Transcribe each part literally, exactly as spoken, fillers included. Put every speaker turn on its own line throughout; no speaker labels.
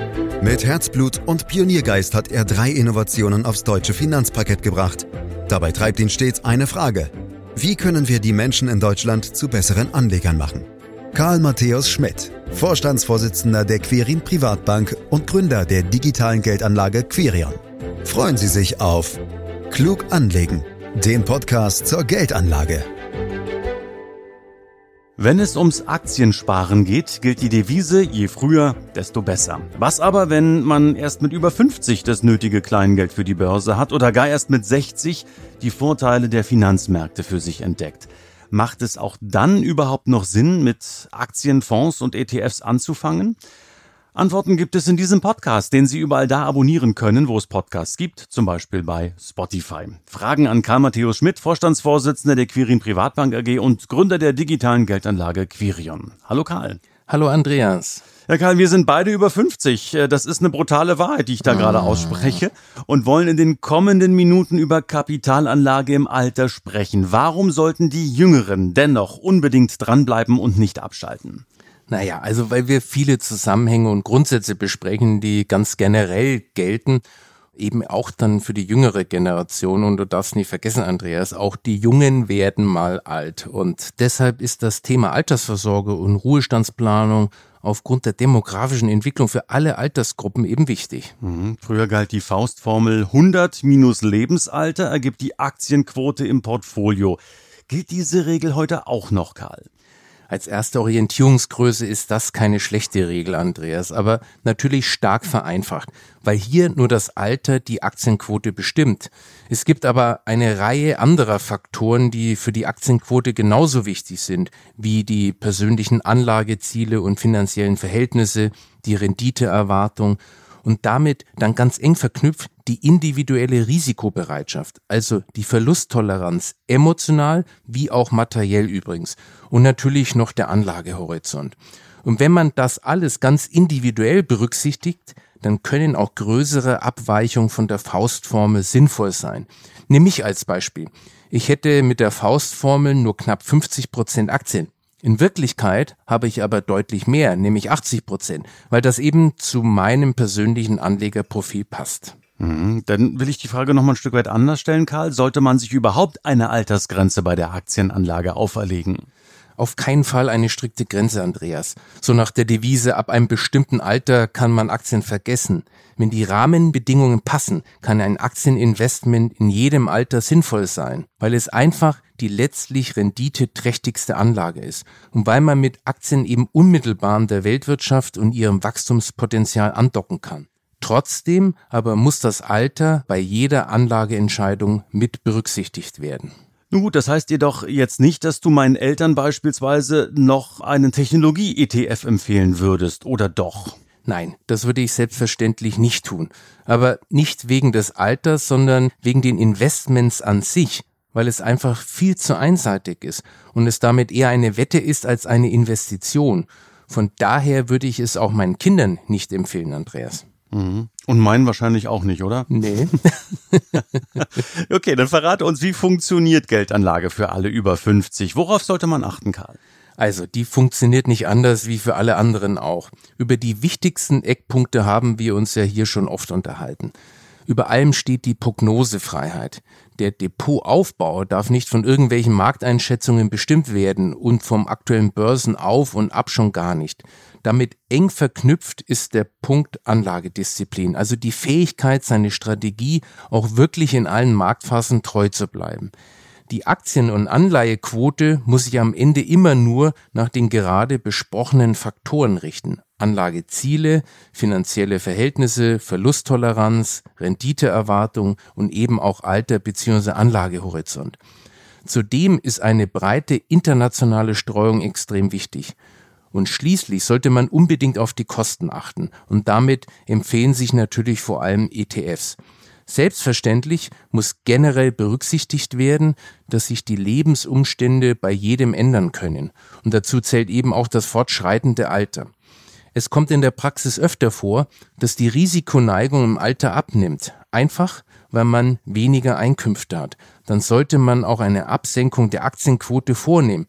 Mit Herzblut und Pioniergeist hat er drei Innovationen aufs deutsche Finanzparkett gebracht. Dabei treibt ihn stets eine Frage: Wie können wir die Menschen in Deutschland zu besseren Anlegern machen? Karl Matthäus Schmidt, Vorstandsvorsitzender der Quirin Privatbank und Gründer der digitalen Geldanlage Quirion. Freuen Sie sich auf Klug anlegen, den Podcast zur Geldanlage.
Wenn es ums Aktiensparen geht, gilt die Devise, je früher, desto besser. Was aber, wenn man erst mit über fünfzig das nötige Kleingeld für die Börse hat oder gar erst mit sechzig die Vorteile der Finanzmärkte für sich entdeckt? Macht es auch dann überhaupt noch Sinn, mit Aktien, Fonds und E T Fs anzufangen? Antworten gibt es in diesem Podcast, den Sie überall da abonnieren können, wo es Podcasts gibt, zum Beispiel bei Spotify. Fragen an Karl Matthäus Schmidt, Vorstandsvorsitzender der Quirin Privatbank A G und Gründer der digitalen Geldanlage Quirion. Hallo Karl.
Hallo Andreas.
Ja Karl, wir sind beide über fünfzig. Das ist eine brutale Wahrheit, die ich da gerade ausspreche, und wollen in den kommenden Minuten über Kapitalanlage im Alter sprechen. Warum sollten die Jüngeren dennoch unbedingt dranbleiben und nicht abschalten?
Naja, also weil wir viele Zusammenhänge und Grundsätze besprechen, die ganz generell gelten, eben auch dann für die jüngere Generation. Und du darfst nicht vergessen, Andreas, auch die Jungen werden mal alt. Und deshalb ist das Thema Altersvorsorge und Ruhestandsplanung aufgrund der demografischen Entwicklung für alle Altersgruppen eben wichtig.
Mhm. Früher galt die Faustformel hundert minus Lebensalter ergibt die Aktienquote im Portfolio. Gilt diese Regel heute auch noch, Karl?
Als erste Orientierungsgröße ist das keine schlechte Regel, Andreas, aber natürlich stark vereinfacht, weil hier nur das Alter die Aktienquote bestimmt. Es gibt aber eine Reihe anderer Faktoren, die für die Aktienquote genauso wichtig sind, wie die persönlichen Anlageziele und finanziellen Verhältnisse, die Renditeerwartung und damit dann ganz eng verknüpft die individuelle Risikobereitschaft, also die Verlusttoleranz, emotional wie auch materiell übrigens, und natürlich noch der Anlagehorizont. Und wenn man das alles ganz individuell berücksichtigt, dann können auch größere Abweichungen von der Faustformel sinnvoll sein. Nimm mich als Beispiel. Ich hätte mit der Faustformel nur knapp fünfzig Prozent Aktien. In Wirklichkeit habe ich aber deutlich mehr, nämlich achtzig Prozent, weil das eben zu meinem persönlichen Anlegerprofil passt.
Mhm. Dann will ich die Frage noch mal ein Stück weit anders stellen, Karl. Sollte man sich überhaupt eine Altersgrenze bei der Aktienanlage auferlegen?
Auf keinen Fall eine strikte Grenze, Andreas. So nach der Devise, ab einem bestimmten Alter kann man Aktien vergessen. Wenn die Rahmenbedingungen passen, kann ein Aktieninvestment in jedem Alter sinnvoll sein, weil es einfach die letztlich renditeträchtigste Anlage ist und weil man mit Aktien eben unmittelbar an der Weltwirtschaft und ihrem Wachstumspotenzial andocken kann. Trotzdem aber muss das Alter bei jeder Anlageentscheidung mit berücksichtigt werden.
Nun gut, das heißt jedoch jetzt nicht, dass du meinen Eltern beispielsweise noch einen Technologie-E T F empfehlen würdest, oder doch?
Nein, das würde ich selbstverständlich nicht tun. Aber nicht wegen des Alters, sondern wegen den Investments an sich, weil es einfach viel zu einseitig ist und es damit eher eine Wette ist als eine Investition. Von daher würde ich es auch meinen Kindern nicht empfehlen, Andreas.
Mhm. Und meinen wahrscheinlich auch nicht, oder?
Nee.
Okay, dann verrate uns, wie funktioniert Geldanlage für alle über fünfzig? Worauf sollte man achten, Karl?
Also, die funktioniert nicht anders wie für alle anderen auch. Über die wichtigsten Eckpunkte haben wir uns ja hier schon oft unterhalten. Über allem steht die Prognosefreiheit. Der Depotaufbau darf nicht von irgendwelchen Markteinschätzungen bestimmt werden und vom aktuellen Börsenauf und ab schon gar nicht. Damit eng verknüpft ist der Punkt Anlagedisziplin, also die Fähigkeit, seine Strategie auch wirklich in allen Marktphasen treu zu bleiben. Die Aktien- und Anleihequote muss sich am Ende immer nur nach den gerade besprochenen Faktoren richten. Anlageziele, finanzielle Verhältnisse, Verlusttoleranz, Renditeerwartung und eben auch Alter bzw. Anlagehorizont. Zudem ist eine breite internationale Streuung extrem wichtig. Und schließlich sollte man unbedingt auf die Kosten achten und damit empfehlen sich natürlich vor allem E T Fs. Selbstverständlich muss generell berücksichtigt werden, dass sich die Lebensumstände bei jedem ändern können. Und dazu zählt eben auch das fortschreitende Alter. Es kommt in der Praxis öfter vor, dass die Risikoneigung im Alter abnimmt, einfach weil man weniger Einkünfte hat. Dann sollte man auch eine Absenkung der Aktienquote vornehmen.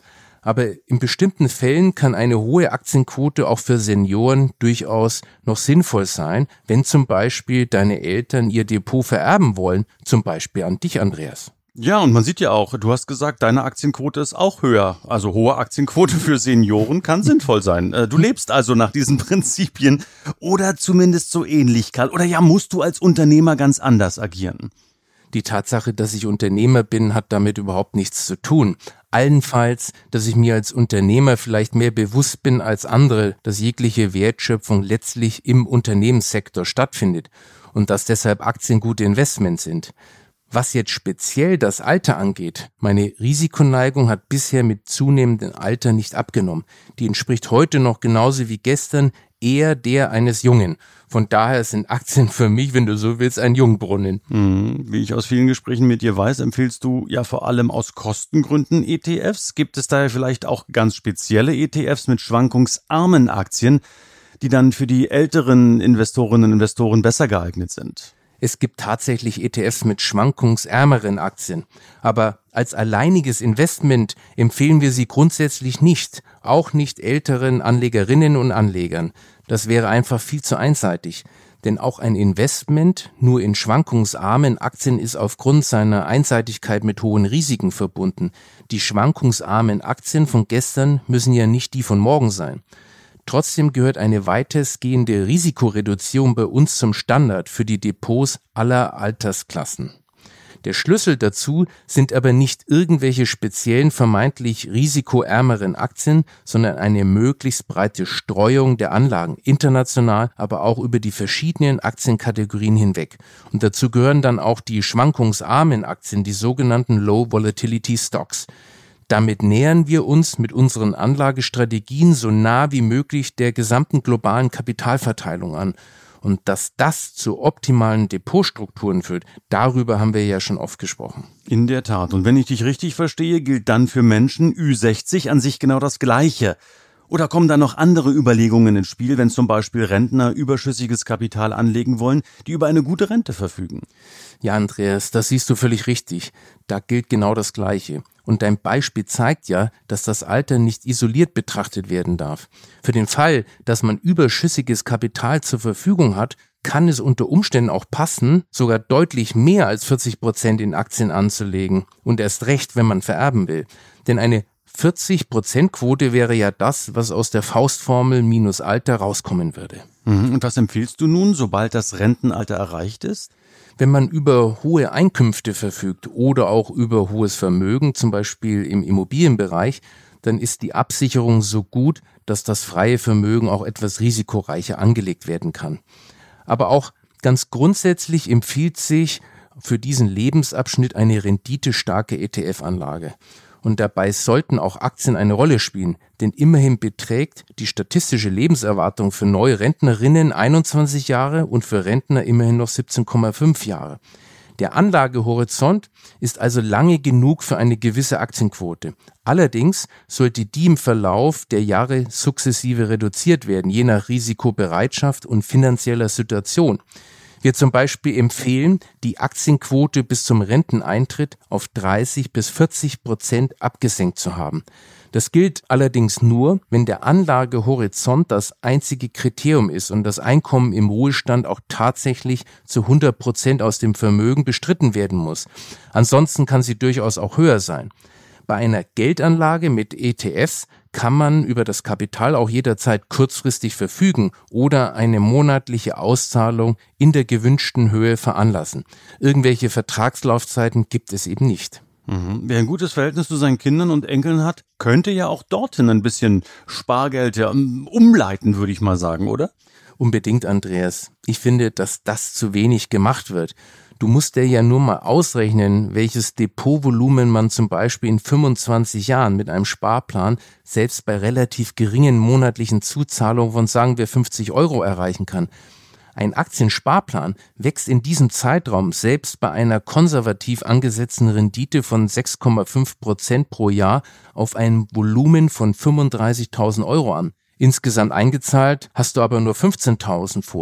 Aber in bestimmten Fällen kann eine hohe Aktienquote auch für Senioren durchaus noch sinnvoll sein, wenn zum Beispiel deine Eltern ihr Depot vererben wollen, zum Beispiel an dich, Andreas.
Ja, und man sieht ja auch, du hast gesagt, deine Aktienquote ist auch höher. Also hohe Aktienquote für Senioren kann sinnvoll sein. Du lebst also nach diesen Prinzipien oder zumindest so ähnlich, Karl. Oder ja, musst du als Unternehmer ganz anders agieren?
Die Tatsache, dass ich Unternehmer bin, hat damit überhaupt nichts zu tun. Allenfalls, dass ich mir als Unternehmer vielleicht mehr bewusst bin als andere, dass jegliche Wertschöpfung letztlich im Unternehmenssektor stattfindet und dass deshalb Aktien gute Investments sind. Was jetzt speziell das Alter angeht, meine Risikoneigung hat bisher mit zunehmendem Alter nicht abgenommen. Die entspricht heute noch genauso wie gestern eher der eines Jungen. Von daher sind Aktien für mich, wenn du so willst, ein Jungbrunnen.
Hm, wie ich aus vielen Gesprächen mit dir weiß, empfiehlst du ja vor allem aus Kostengründen E T Fs. Gibt es daher vielleicht auch ganz spezielle E T Fs mit schwankungsarmen Aktien, die dann für die älteren Investorinnen und Investoren besser geeignet sind?
Es gibt tatsächlich E T Fs mit schwankungsärmeren Aktien. Aber als alleiniges Investment empfehlen wir sie grundsätzlich nicht, auch nicht älteren Anlegerinnen und Anlegern. Das wäre einfach viel zu einseitig. Denn auch ein Investment nur in schwankungsarmen Aktien ist aufgrund seiner Einseitigkeit mit hohen Risiken verbunden. Die schwankungsarmen Aktien von gestern müssen ja nicht die von morgen sein. Trotzdem gehört eine weitestgehende Risikoreduzierung bei uns zum Standard für die Depots aller Altersklassen. Der Schlüssel dazu sind aber nicht irgendwelche speziellen vermeintlich risikoärmeren Aktien, sondern eine möglichst breite Streuung der Anlagen, international, aber auch über die verschiedenen Aktienkategorien hinweg. Und dazu gehören dann auch die schwankungsarmen Aktien, die sogenannten Low Volatility Stocks. Damit nähern wir uns mit unseren Anlagestrategien so nah wie möglich der gesamten globalen Kapitalverteilung an. Und dass das zu optimalen Depotstrukturen führt, darüber haben wir ja schon oft gesprochen.
In der Tat. Und wenn ich dich richtig verstehe, gilt dann für Menschen Ü sechzig an sich genau das Gleiche. Oder kommen da noch andere Überlegungen ins Spiel, wenn zum Beispiel Rentner überschüssiges Kapital anlegen wollen, die über eine gute Rente verfügen?
Ja, Andreas, das siehst du völlig richtig. Da gilt genau das Gleiche. Und dein Beispiel zeigt ja, dass das Alter nicht isoliert betrachtet werden darf. Für den Fall, dass man überschüssiges Kapital zur Verfügung hat, kann es unter Umständen auch passen, sogar deutlich mehr als vierzig Prozent in Aktien anzulegen. Und erst recht, wenn man vererben will. Denn eine vierzig Prozent Quote wäre ja das, was aus der Faustformel minus Alter rauskommen würde.
Und was empfiehlst du nun, sobald das Rentenalter erreicht ist?
Wenn man über hohe Einkünfte verfügt oder auch über hohes Vermögen, zum Beispiel im Immobilienbereich, dann ist die Absicherung so gut, dass das freie Vermögen auch etwas risikoreicher angelegt werden kann. Aber auch ganz grundsätzlich empfiehlt sich für diesen Lebensabschnitt eine renditestarke E T F-Anlage. Und dabei sollten auch Aktien eine Rolle spielen, denn immerhin beträgt die statistische Lebenserwartung für neue Rentnerinnen einundzwanzig Jahre und für Rentner immerhin noch siebzehn Komma fünf Jahre. Der Anlagehorizont ist also lange genug für eine gewisse Aktienquote. Allerdings sollte die im Verlauf der Jahre sukzessive reduziert werden, je nach Risikobereitschaft und finanzieller Situation. Wir zum Beispiel empfehlen, die Aktienquote bis zum Renteneintritt auf dreißig bis vierzig Prozent abgesenkt zu haben. Das gilt allerdings nur, wenn der Anlagehorizont das einzige Kriterium ist und das Einkommen im Ruhestand auch tatsächlich zu hundert Prozent aus dem Vermögen bestritten werden muss. Ansonsten kann sie durchaus auch höher sein. Bei einer Geldanlage mit E T Fs kann man über das Kapital auch jederzeit kurzfristig verfügen oder eine monatliche Auszahlung in der gewünschten Höhe veranlassen. Irgendwelche Vertragslaufzeiten gibt es eben nicht.
Mhm. Wer ein gutes Verhältnis zu seinen Kindern und Enkeln hat, könnte ja auch dorthin ein bisschen Spargeld ja, umleiten, würde ich mal sagen, oder?
Unbedingt, Andreas. Ich finde, dass das zu wenig gemacht wird. Du musst dir ja nur mal ausrechnen, welches Depotvolumen man zum Beispiel in fünfundzwanzig Jahren mit einem Sparplan selbst bei relativ geringen monatlichen Zuzahlungen von, sagen wir, fünfzig Euro erreichen kann. Ein Aktiensparplan wächst in diesem Zeitraum selbst bei einer konservativ angesetzten Rendite von sechs Komma fünf Prozent pro Jahr auf ein Volumen von fünfunddreißigtausend Euro an. Insgesamt eingezahlt hast du aber nur fünfzehntausend vor.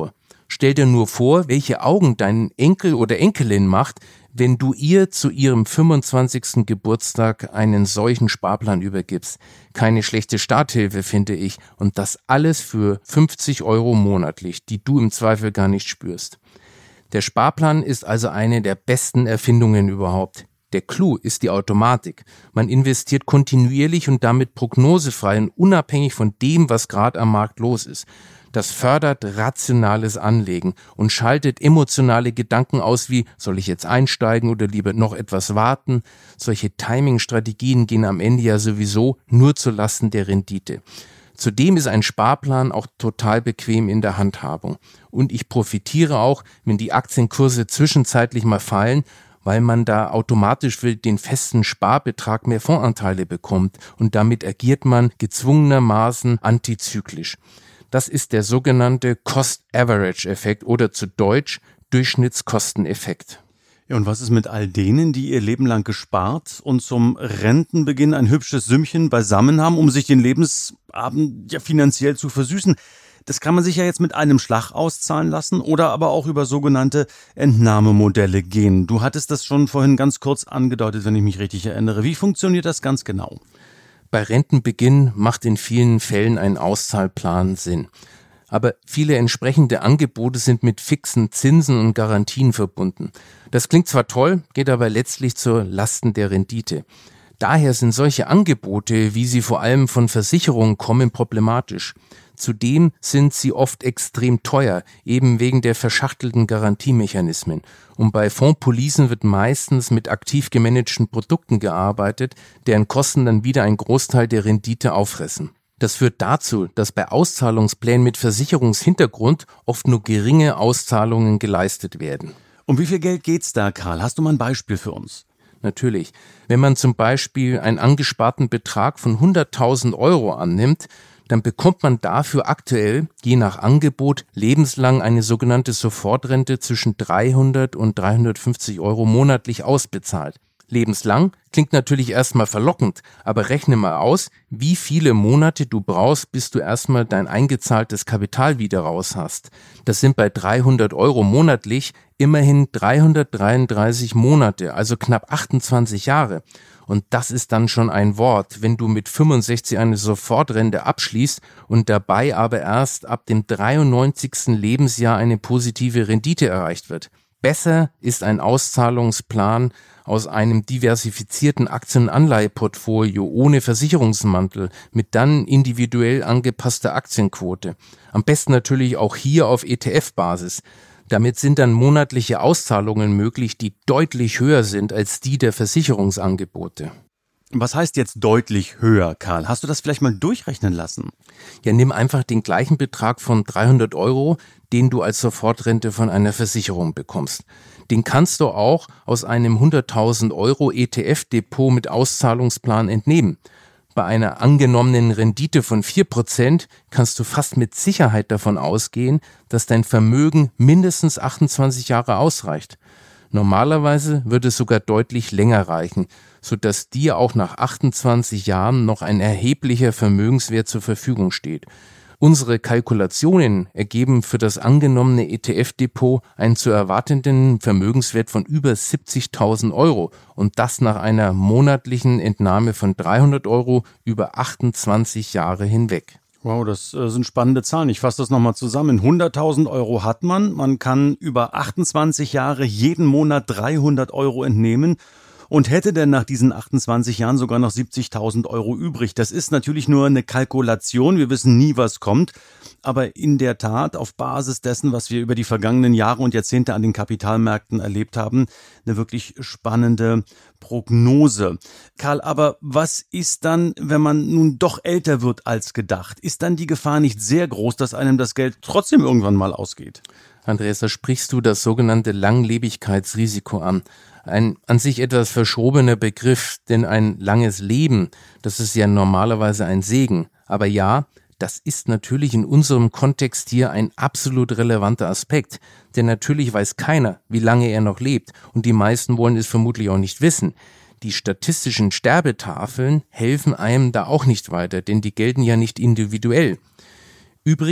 Stell dir nur vor, welche Augen dein Enkel oder Enkelin macht, wenn du ihr zu ihrem fünfundzwanzigsten Geburtstag einen solchen Sparplan übergibst. Keine schlechte Starthilfe, finde ich. Und das alles für fünfzig Euro monatlich, die du im Zweifel gar nicht spürst. Der Sparplan ist also eine der besten Erfindungen überhaupt. Der Clou ist die Automatik. Man investiert kontinuierlich und damit prognosefrei und unabhängig von dem, was gerade am Markt los ist. Das fördert rationales Anlegen und schaltet emotionale Gedanken aus wie, soll ich jetzt einsteigen oder lieber noch etwas warten? Solche Timing-Strategien gehen am Ende ja sowieso nur zu Lasten der Rendite. Zudem ist ein Sparplan auch total bequem in der Handhabung. Und ich profitiere auch, wenn die Aktienkurse zwischenzeitlich mal fallen, weil man da automatisch für den festen Sparbetrag mehr Fondsanteile bekommt und damit agiert man gezwungenermaßen antizyklisch. Das ist der sogenannte Cost-Average-Effekt oder zu Deutsch Durchschnittskosteneffekt.
Ja, und was ist mit all denen, die ihr Leben lang gespart und zum Rentenbeginn ein hübsches Sümmchen beisammen haben, um sich den Lebensabend ja finanziell zu versüßen? Das kann man sich ja jetzt mit einem Schlag auszahlen lassen oder aber auch über sogenannte Entnahmemodelle gehen. Du hattest das schon vorhin ganz kurz angedeutet, wenn ich mich richtig erinnere. Wie funktioniert das ganz genau?
Bei Rentenbeginn macht in vielen Fällen ein Auszahlplan Sinn. Aber viele entsprechende Angebote sind mit fixen Zinsen und Garantien verbunden. Das klingt zwar toll, geht aber letztlich zur Lasten der Rendite. Daher sind solche Angebote, wie sie vor allem von Versicherungen kommen, problematisch. Zudem sind sie oft extrem teuer, eben wegen der verschachtelten Garantiemechanismen. Und bei Fondspolicen wird meistens mit aktiv gemanagten Produkten gearbeitet, deren Kosten dann wieder einen Großteil der Rendite auffressen. Das führt dazu, dass bei Auszahlungsplänen mit Versicherungshintergrund oft nur geringe Auszahlungen geleistet werden.
Um wie viel Geld geht's da, Karl? Hast du mal ein Beispiel für uns?
Natürlich. Wenn man zum Beispiel einen angesparten Betrag von hunderttausend Euro annimmt, dann bekommt man dafür aktuell, je nach Angebot, lebenslang eine sogenannte Sofortrente zwischen dreihundert und dreihundertfünfzig Euro monatlich ausbezahlt. Lebenslang klingt natürlich erstmal verlockend, aber rechne mal aus, wie viele Monate du brauchst, bis du erstmal dein eingezahltes Kapital wieder raus hast. Das sind bei dreihundert Euro monatlich immerhin dreihundertdreiunddreißig Monate, also knapp achtundzwanzig Jahre. Und das ist dann schon ein Wort, wenn du mit fünfundsechzig eine Sofortrente abschließt und dabei aber erst ab dem dreiundneunzigsten Lebensjahr eine positive Rendite erreicht wird. Besser ist ein Auszahlungsplan aus einem diversifizierten Aktien- und Anleiheportfolio ohne Versicherungsmantel mit dann individuell angepasster Aktienquote. Am besten natürlich auch hier auf E T F-Basis. Damit sind dann monatliche Auszahlungen möglich, die deutlich höher sind als die der Versicherungsangebote.
Was heißt jetzt deutlich höher, Karl? Hast du das vielleicht mal durchrechnen lassen?
Ja, nimm einfach den gleichen Betrag von dreihundert Euro, den du als Sofortrente von einer Versicherung bekommst. Den kannst du auch aus einem hunderttausend Euro E T F-Depot mit Auszahlungsplan entnehmen. Bei einer angenommenen Rendite von vier Prozent kannst du fast mit Sicherheit davon ausgehen, dass dein Vermögen mindestens achtundzwanzig Jahre ausreicht. Normalerweise würde es sogar deutlich länger reichen, sodass dir auch nach achtundzwanzig Jahren noch ein erheblicher Vermögenswert zur Verfügung steht. Unsere Kalkulationen ergeben für das angenommene E T F-Depot einen zu erwartenden Vermögenswert von über siebzigtausend Euro und das nach einer monatlichen Entnahme von dreihundert Euro über achtundzwanzig Jahre hinweg.
Wow, das äh, sind spannende Zahlen. Ich fasse das nochmal zusammen. hunderttausend Euro hat man. Man kann über achtundzwanzig Jahre jeden Monat dreihundert Euro entnehmen. Und hätte denn nach diesen achtundzwanzig Jahren sogar noch siebzigtausend Euro übrig. Das ist natürlich nur eine Kalkulation, wir wissen nie, was kommt, aber in der Tat auf Basis dessen, was wir über die vergangenen Jahre und Jahrzehnte an den Kapitalmärkten erlebt haben, eine wirklich spannende Prognose. Karl, aber was ist dann, wenn man nun doch älter wird als gedacht? Ist dann die Gefahr nicht sehr groß, dass einem das Geld trotzdem irgendwann mal ausgeht?
Andreas, da sprichst du das sogenannte Langlebigkeitsrisiko an. Ein an sich etwas verschobener Begriff, denn ein langes Leben, das ist ja normalerweise ein Segen. Aber ja, das ist natürlich in unserem Kontext hier ein absolut relevanter Aspekt. Denn natürlich weiß keiner, wie lange er noch lebt. Und die meisten wollen es vermutlich auch nicht wissen. Die statistischen Sterbetafeln helfen einem da auch nicht weiter, denn die gelten ja nicht individuell. Übrigens,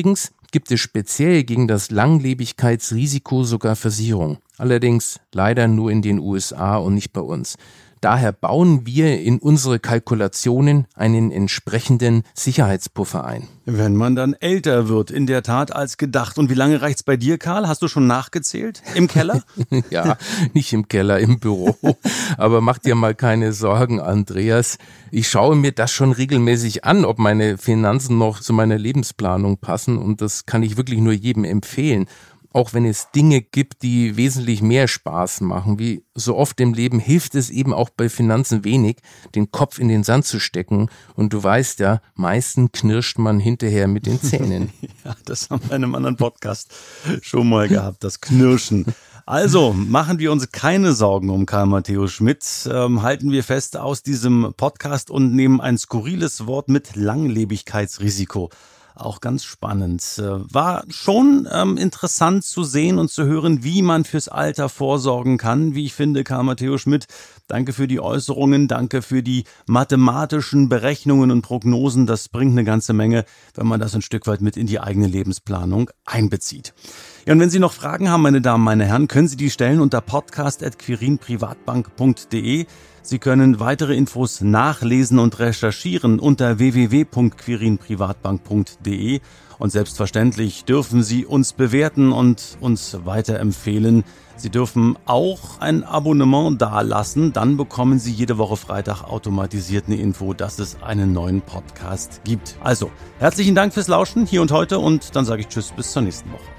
gibt es speziell gegen das Langlebigkeitsrisiko sogar Versicherung. Allerdings leider nur in den U S A und nicht bei uns. Daher bauen wir in unsere Kalkulationen einen entsprechenden Sicherheitspuffer ein.
Wenn man dann älter wird, in der Tat als gedacht. Und wie lange reicht's bei dir, Karl? Hast du schon nachgezählt? Im Keller?
Ja, nicht im Keller, im Büro. Aber mach dir mal keine Sorgen, Andreas. Ich schaue mir das schon regelmäßig an, ob meine Finanzen noch zu meiner Lebensplanung passen. Und das kann ich wirklich nur jedem empfehlen. Auch wenn es Dinge gibt, die wesentlich mehr Spaß machen, wie so oft im Leben, hilft es eben auch bei Finanzen wenig, den Kopf in den Sand zu stecken. Und du weißt ja, meistens knirscht man hinterher mit den Zähnen.
Ja, das haben wir in einem anderen Podcast schon mal gehabt, das Knirschen. Also, machen wir uns keine Sorgen um Karl Matthäus Schmidt. Ähm, halten wir fest aus diesem Podcast und nehmen ein skurriles Wort mit: Langlebigkeitsrisiko. Auch ganz spannend. War schon ähm, interessant zu sehen und zu hören, wie man fürs Alter vorsorgen kann. Wie ich finde, Karl Matthäus Schmidt, danke für die Äußerungen, danke für die mathematischen Berechnungen und Prognosen. Das bringt eine ganze Menge, wenn man das ein Stück weit mit in die eigene Lebensplanung einbezieht. Ja, und wenn Sie noch Fragen haben, meine Damen, meine Herren, können Sie die stellen unter podcast at quirin privatbank punkt de. Sie können weitere Infos nachlesen und recherchieren unter w w w punkt quirin privatbank punkt de. Und selbstverständlich dürfen Sie uns bewerten und uns weiterempfehlen. Sie dürfen auch ein Abonnement dalassen, dann bekommen Sie jede Woche Freitag automatisiert eine Info, dass es einen neuen Podcast gibt. Also, herzlichen Dank fürs Lauschen hier und heute und dann sage ich Tschüss, bis zur nächsten Woche.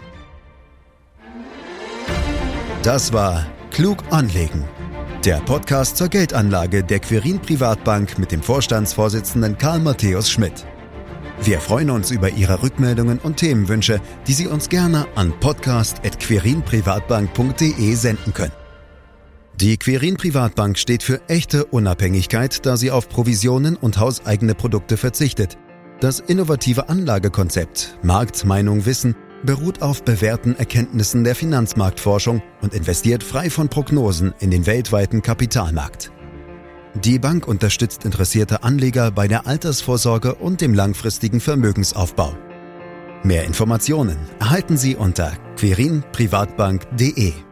Das war Klug anlegen. Der Podcast zur Geldanlage der Quirin Privatbank mit dem Vorstandsvorsitzenden Karl Matthäus Schmidt. Wir freuen uns über Ihre Rückmeldungen und Themenwünsche, die Sie uns gerne an podcast at quirin privatbank punkt de senden können. Die Quirin Privatbank steht für echte Unabhängigkeit, da sie auf Provisionen und hauseigene Produkte verzichtet. Das innovative Anlagekonzept Markt, Meinung, Wissen beruht auf bewährten Erkenntnissen der Finanzmarktforschung und investiert frei von Prognosen in den weltweiten Kapitalmarkt. Die Bank unterstützt interessierte Anleger bei der Altersvorsorge und dem langfristigen Vermögensaufbau. Mehr Informationen erhalten Sie unter quirin privatbank punkt de.